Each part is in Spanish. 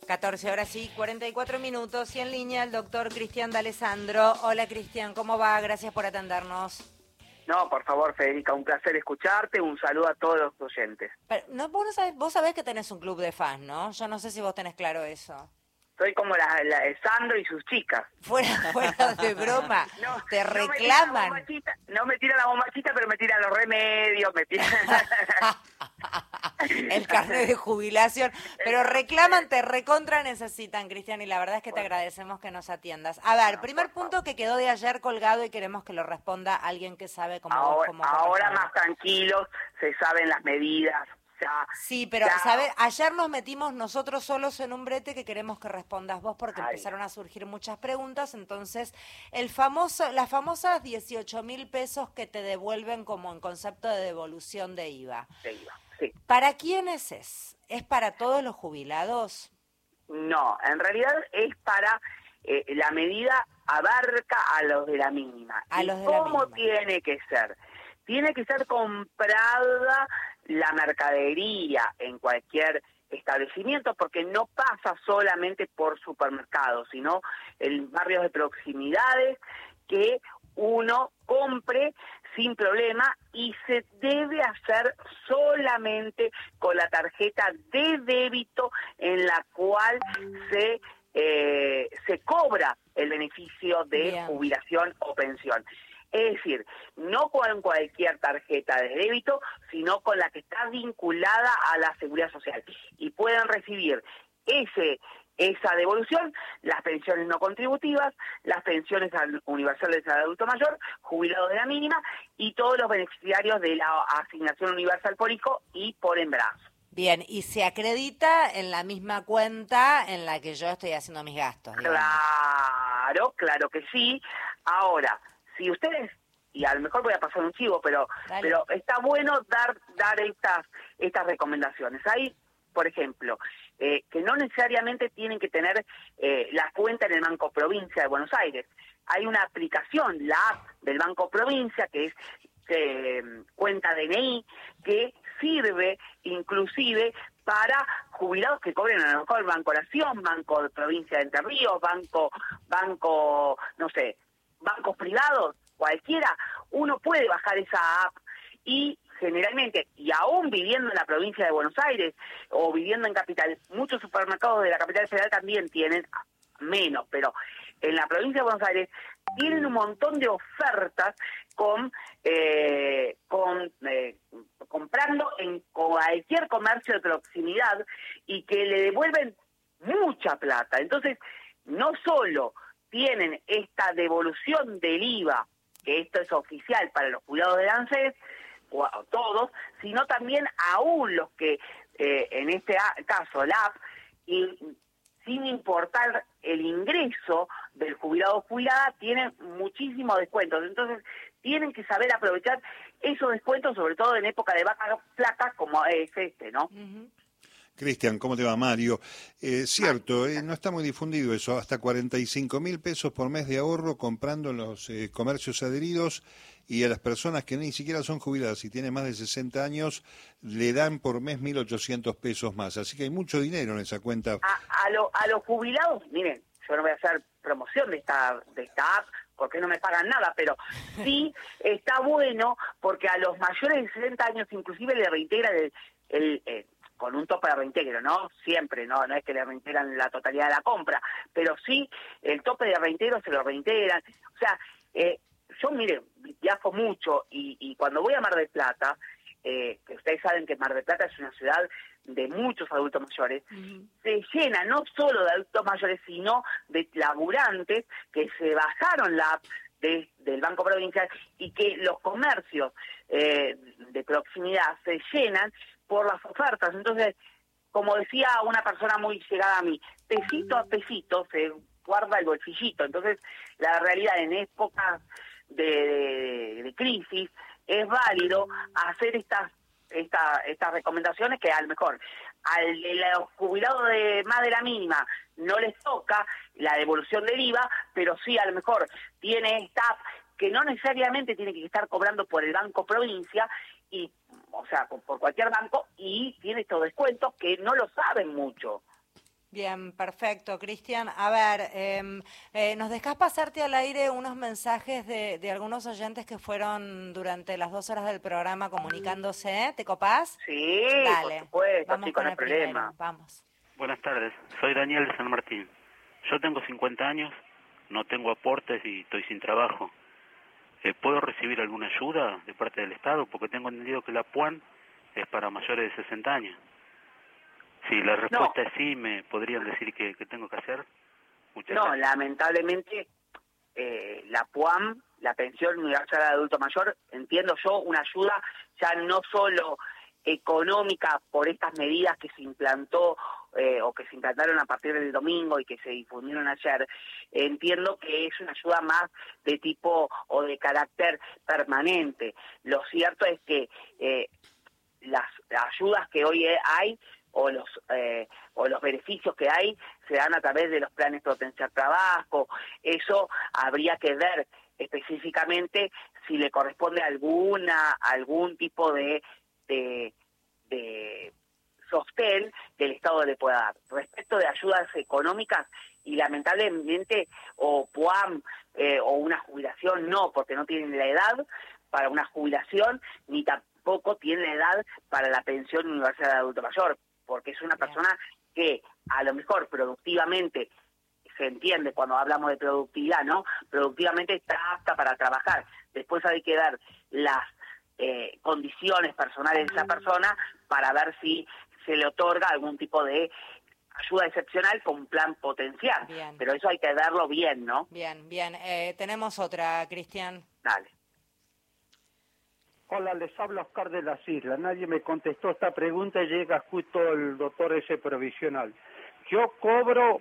14 horas y 44 minutos y en línea el doctor Cristian D'Alessandro. Hola Cristian, ¿cómo va? Gracias por atendernos. No, por favor, Federica, un placer escucharte, un saludo a todos los oyentes. Pero, no, vos sabés que tenés un club de fans, ¿no? Yo no sé si vos tenés claro eso. Soy como Sandro y sus chicas. Fuera de broma, No, te no reclaman. no me tiran la bombachita, pero me tiran los remedios, me tiran... El carnet de jubilación, pero reclaman, te recontra necesitan, Cristian, y la verdad es que te agradecemos que nos atiendas. A ver, primer punto que quedó de ayer colgado y queremos que lo responda alguien que sabe como vos, como ahora persona. más tranquilos, se saben las medidas. Ya, sí, pero, ¿sabes? Ayer nos metimos nosotros solos en un brete que queremos que respondas vos porque empezaron a surgir muchas preguntas. Entonces, las famosas 18.000 pesos que te devuelven como en concepto de devolución de IVA. Sí. ¿Para quiénes es? ¿Es para todos los jubilados? No, en realidad es para... la medida abarca a los de la mínima. ¿Cómo tiene que ser? Tiene que ser comprada la mercadería en cualquier establecimiento, porque no pasa solamente por supermercados, sino en barrios de proximidades que uno compre sin problema y se debe hacer solamente con la tarjeta de débito en la cual se cobra el beneficio de jubilación o pensión. Es decir, no con cualquier tarjeta de débito, sino con la que está vinculada a la Seguridad Social. Y pueden recibir esa devolución, las pensiones no contributivas, las pensiones universales al adulto mayor, jubilados de la mínima y todos los beneficiarios de la asignación universal por hijo y por embarazo. Bien, y se acredita en la misma cuenta en la que yo estoy haciendo mis gastos, digamos. Claro que sí. Ahora, si ustedes, y a lo mejor voy a pasar un chivo, pero está bueno dar estas recomendaciones. Hay, por ejemplo, que no necesariamente tienen que tener la cuenta en el Banco Provincia de Buenos Aires. Hay una aplicación, la app del Banco Provincia, que es cuenta DNI, que sirve inclusive para jubilados que cobren a lo mejor Banco Nación, Banco de Provincia de Entre Ríos, banco, no sé, bancos privados, cualquiera. Uno puede bajar esa app y generalmente, y aún viviendo en la provincia de Buenos Aires o viviendo en Capital, muchos supermercados de la Capital Federal también tienen menos, pero en la provincia de Buenos Aires tienen un montón de ofertas comprando en cualquier comercio de proximidad y que le devuelven mucha plata. Entonces, no solo tienen esta devolución del IVA, que esto es oficial para los jubilados de ANSES, o todos, sino también aún los que, en este caso, la app, y sin importar el ingreso del jubilado o jubilada, tienen muchísimos descuentos. Entonces, tienen que saber aprovechar esos descuentos, sobre todo en época de vacas flacas, como es ¿no? Uh-huh. Cristian, ¿cómo te va? Mario. Cierto, no está muy difundido eso, hasta 45.000 pesos por mes de ahorro comprando en los comercios adheridos, y a las personas que ni siquiera son jubiladas y tienen más de 60 años, le dan por mes 1.800 pesos más. Así que hay mucho dinero en esa cuenta. A los jubilados, miren, yo no voy a hacer promoción de esta app, porque no me pagan nada, pero sí está bueno porque a los mayores de 60 años inclusive le reintegra con un tope de reintegro, ¿no? Siempre, no es que le reintegran la totalidad de la compra, pero sí el tope de reintegro se lo reintegran. O sea, yo, mire, viajo mucho y cuando voy a Mar del Plata, que ustedes saben que Mar del Plata es una ciudad de muchos adultos mayores, se llena no solo de adultos mayores, sino de laburantes que se bajaron la app del Banco Provincial y que los comercios de proximidad se llenan por las ofertas. Entonces, como decía una persona muy llegada a mí, pesito a pesito se guarda el bolsillito. Entonces, la realidad en épocas de crisis es válido hacer estas recomendaciones que a lo mejor al de los jubilados de más de la mínima no les toca la devolución del IVA, pero sí a lo mejor tiene esta app que no necesariamente tiene que estar cobrando por el Banco Provincia, y, o sea, por cualquier banco, y tiene estos descuentos que no lo saben mucho. Bien, perfecto, Cristian. A ver, ¿nos dejás pasarte al aire unos mensajes de algunos oyentes que fueron durante las 2 horas del programa comunicándose? ¿Te copás? Sí, Dale, por supuesto, vamos sí, con con el el primero, problema. vamos. Buenas tardes, soy Daniel de San Martín. Yo tengo 50 años, no tengo aportes y estoy sin trabajo. ¿Puedo recibir alguna ayuda de parte del Estado? Porque tengo entendido que la PUAN es para mayores de 60 años. Si la respuesta es sí, ¿me podrían decir qué tengo que hacer? Muchas gracias. Lamentablemente, la PUAM, la Pensión Universal de Adulto Mayor, entiendo yo, una ayuda ya no solo económica por estas medidas que se implantó o que se implantaron a partir del domingo y que se difundieron ayer, entiendo que es una ayuda más de tipo o de carácter permanente. Lo cierto es que las ayudas que hoy hay o los beneficios que hay se dan a través de los planes potenciar trabajo. Eso habría que ver específicamente si le corresponde algún tipo de sostén que el Estado le pueda dar. Respecto de ayudas económicas, y lamentablemente o PUAM o una jubilación no, porque no tienen la edad para una jubilación, ni tampoco tienen la edad para la pensión universal de adulto mayor, porque es una persona que a lo mejor productivamente, se entiende cuando hablamos de productividad, ¿no? Productivamente está apta para trabajar. Después hay que ver las condiciones personales de esa persona para ver si se le otorga algún tipo de ayuda excepcional con plan potencial. Bien. Pero eso hay que verlo bien, ¿no? Bien. Tenemos otra, Cristian. Dale. Hola, les habla Oscar de las Islas. Nadie me contestó esta pregunta y llega justo el doctor ese provisional. Yo cobro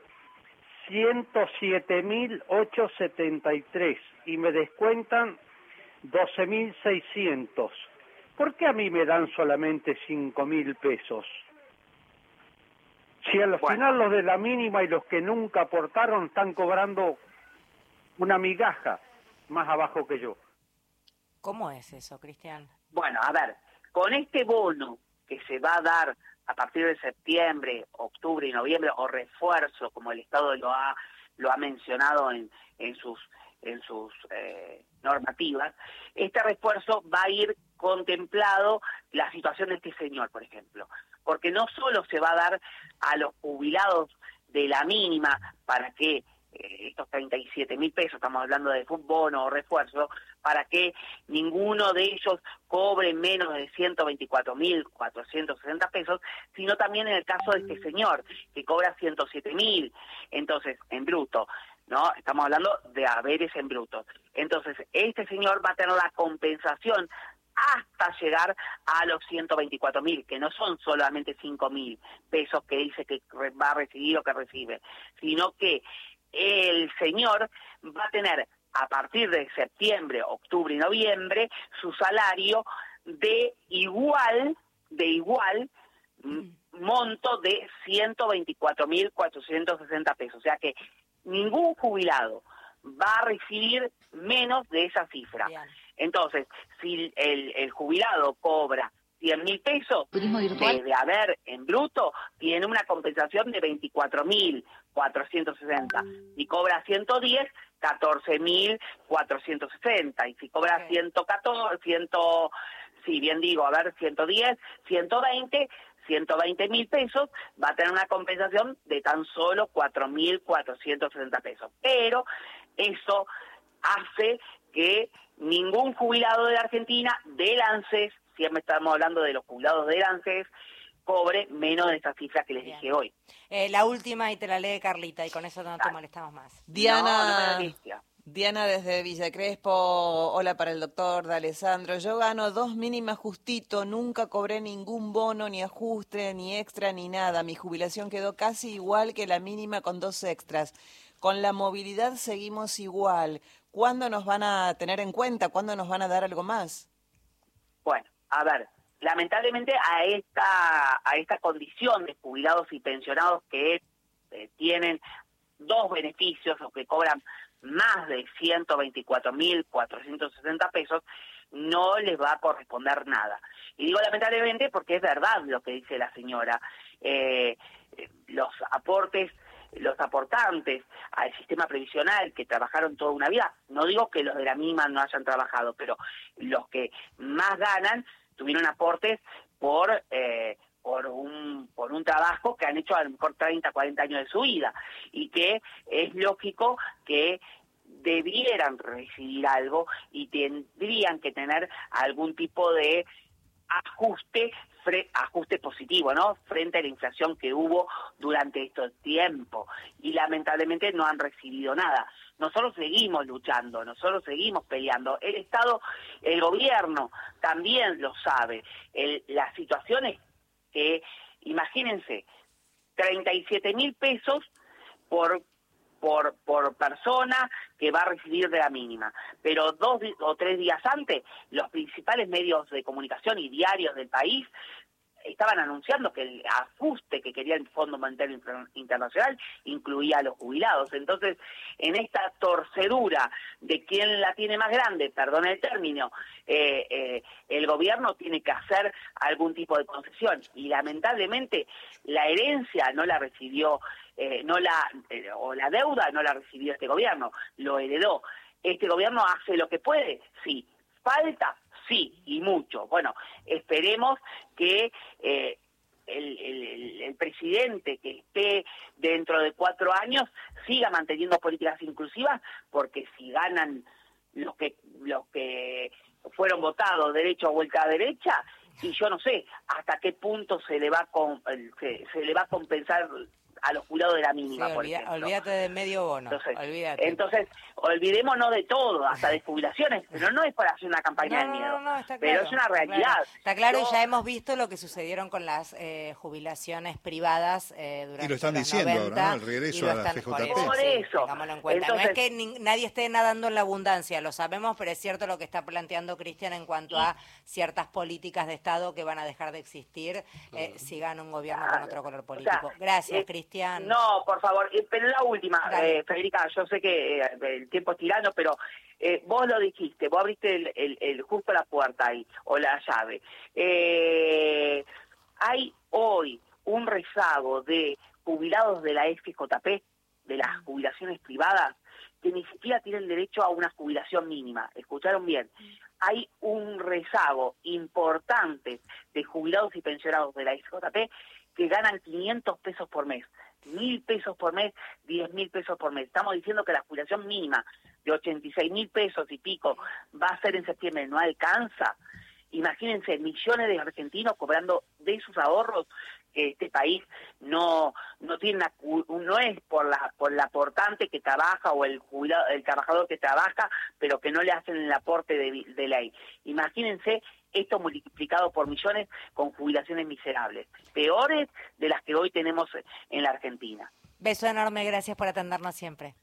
107.873 y me descuentan 12.600. ¿Por qué a mí me dan solamente 5.000 pesos? Si al final los de la mínima y los que nunca aportaron están cobrando una migaja más abajo que yo. ¿Cómo es eso, Cristian? Bueno, a ver, con este bono que se va a dar a partir de septiembre, octubre y noviembre, o refuerzo, como el Estado lo ha mencionado en sus normativas, este refuerzo va a ir contemplado la situación de este señor, por ejemplo, porque no solo se va a dar a los jubilados de la mínima para que estos 37.000 pesos, estamos hablando de bono o refuerzo, para que ninguno de ellos cobre menos de 124.460 pesos, sino también en el caso de este señor, que cobra 107.000, entonces, en bruto, ¿no? Estamos hablando de haberes en bruto. Entonces, este señor va a tener la compensación hasta llegar a los 124.000, que no son solamente 5.000 pesos que dice que va a recibir o que recibe, sino que el señor va a tener a partir de septiembre, octubre y noviembre su salario de igual monto de 124.460 pesos. O sea que ningún jubilado va a recibir menos de esa cifra. Bien. Entonces, si el jubilado cobra 100.000 pesos de haber en bruto, tiene una compensación de 24.460. Si cobra 110, 14.460. Y si cobra 110, 120.000 pesos, va a tener una compensación de tan solo 4.460 pesos. Pero eso hace que ningún jubilado de la Argentina, del ANSES, siempre estamos hablando de los jubilados del ANSES, cobre menos de esa cifra que les dije hoy. La última y te la lee Carlita y con eso no te molestamos más. Diana desde Villa Crespo, hola para el doctor D'Alessandro. Yo gano 2 mínimas justito, nunca cobré ningún bono, ni ajuste, ni extra, ni nada. Mi jubilación quedó casi igual que la mínima con 2 extras. Con la movilidad seguimos igual. ¿Cuándo nos van a tener en cuenta? ¿Cuándo nos van a dar algo más? Bueno, a ver, lamentablemente a esta condición de jubilados y pensionados que tienen 2 beneficios o que cobran más de 124.460 pesos, no les va a corresponder nada. Y digo lamentablemente porque es verdad lo que dice la señora. los aportes, los aportantes al sistema previsional que trabajaron toda una vida, no digo que los de la mínima no hayan trabajado, pero los que más ganan tuvieron aportes por un trabajo que han hecho a lo mejor 30, 40 años de su vida, y que es lógico que debieran recibir algo y tendrían que tener algún tipo de ajuste positivo, ¿no? Frente a la inflación que hubo durante estos tiempos, y lamentablemente no han recibido nada. Nosotros seguimos luchando, nosotros seguimos peleando. El Estado, el gobierno también lo sabe. Las situaciones que, imagínense, 37.000 pesos por persona que va a recibir de la mínima, pero 2 o 3 días antes, los principales medios de comunicación y diarios del país estaban anunciando que el ajuste que quería el Fondo Monetario Internacional incluía a los jubilados. Entonces, en esta torcedura de quién la tiene más grande, perdón el término, el gobierno tiene que hacer algún tipo de concesión, y lamentablemente la herencia no la recibió, o la deuda no la recibió este gobierno, lo heredó. Este gobierno hace lo que puede, sí. Falta, sí, y mucho. Bueno, esperemos que el presidente que esté dentro de 4 años siga manteniendo políticas inclusivas, porque si ganan los que fueron votados derecho a vuelta a derecha, y yo no sé hasta qué punto se le va a compensar a los jubilados de la mínima, sí, por ejemplo. Olvídate de medio bono, Entonces, olvidémonos de todo, hasta de jubilaciones, pero no es para hacer una campaña del miedo, está pero claro, es una realidad. Claro. Está claro, y ya hemos visto lo que sucedieron con las jubilaciones privadas durante y lo están los diciendo 90, ahora, ¿no? El regreso a la FJP. Por eso. Tengámoslo en cuenta. Entonces, no es que nadie esté nadando en la abundancia, lo sabemos, pero es cierto lo que está planteando Cristian en cuanto a ciertas políticas de Estado que van a dejar de existir si gana un gobierno con otro color político. Gracias, Cristian. No, por favor, pero la última, Federica, yo sé que el tiempo es tirano, pero vos lo dijiste, vos abriste justo la puerta ahí, o la llave. Hay hoy un rezago de jubilados de la FJP, de las jubilaciones privadas, que ni siquiera tienen derecho a una jubilación mínima. ¿Escucharon bien? Hay un rezago importante de jubilados y pensionados de la FJP que ganan 500 pesos por mes, 1.000 pesos por mes, 10.000 pesos por mes. Estamos diciendo que la jubilación mínima de 86.000 pesos y pico va a ser en septiembre, no alcanza. Imagínense, millones de argentinos cobrando de sus ahorros, que este país no tiene no es por la aportante que trabaja o el trabajador que trabaja, pero que no le hacen el aporte de ley. Imagínense esto multiplicado por millones con jubilaciones miserables, peores de las que hoy tenemos en la Argentina. Beso enorme, gracias por atendernos siempre.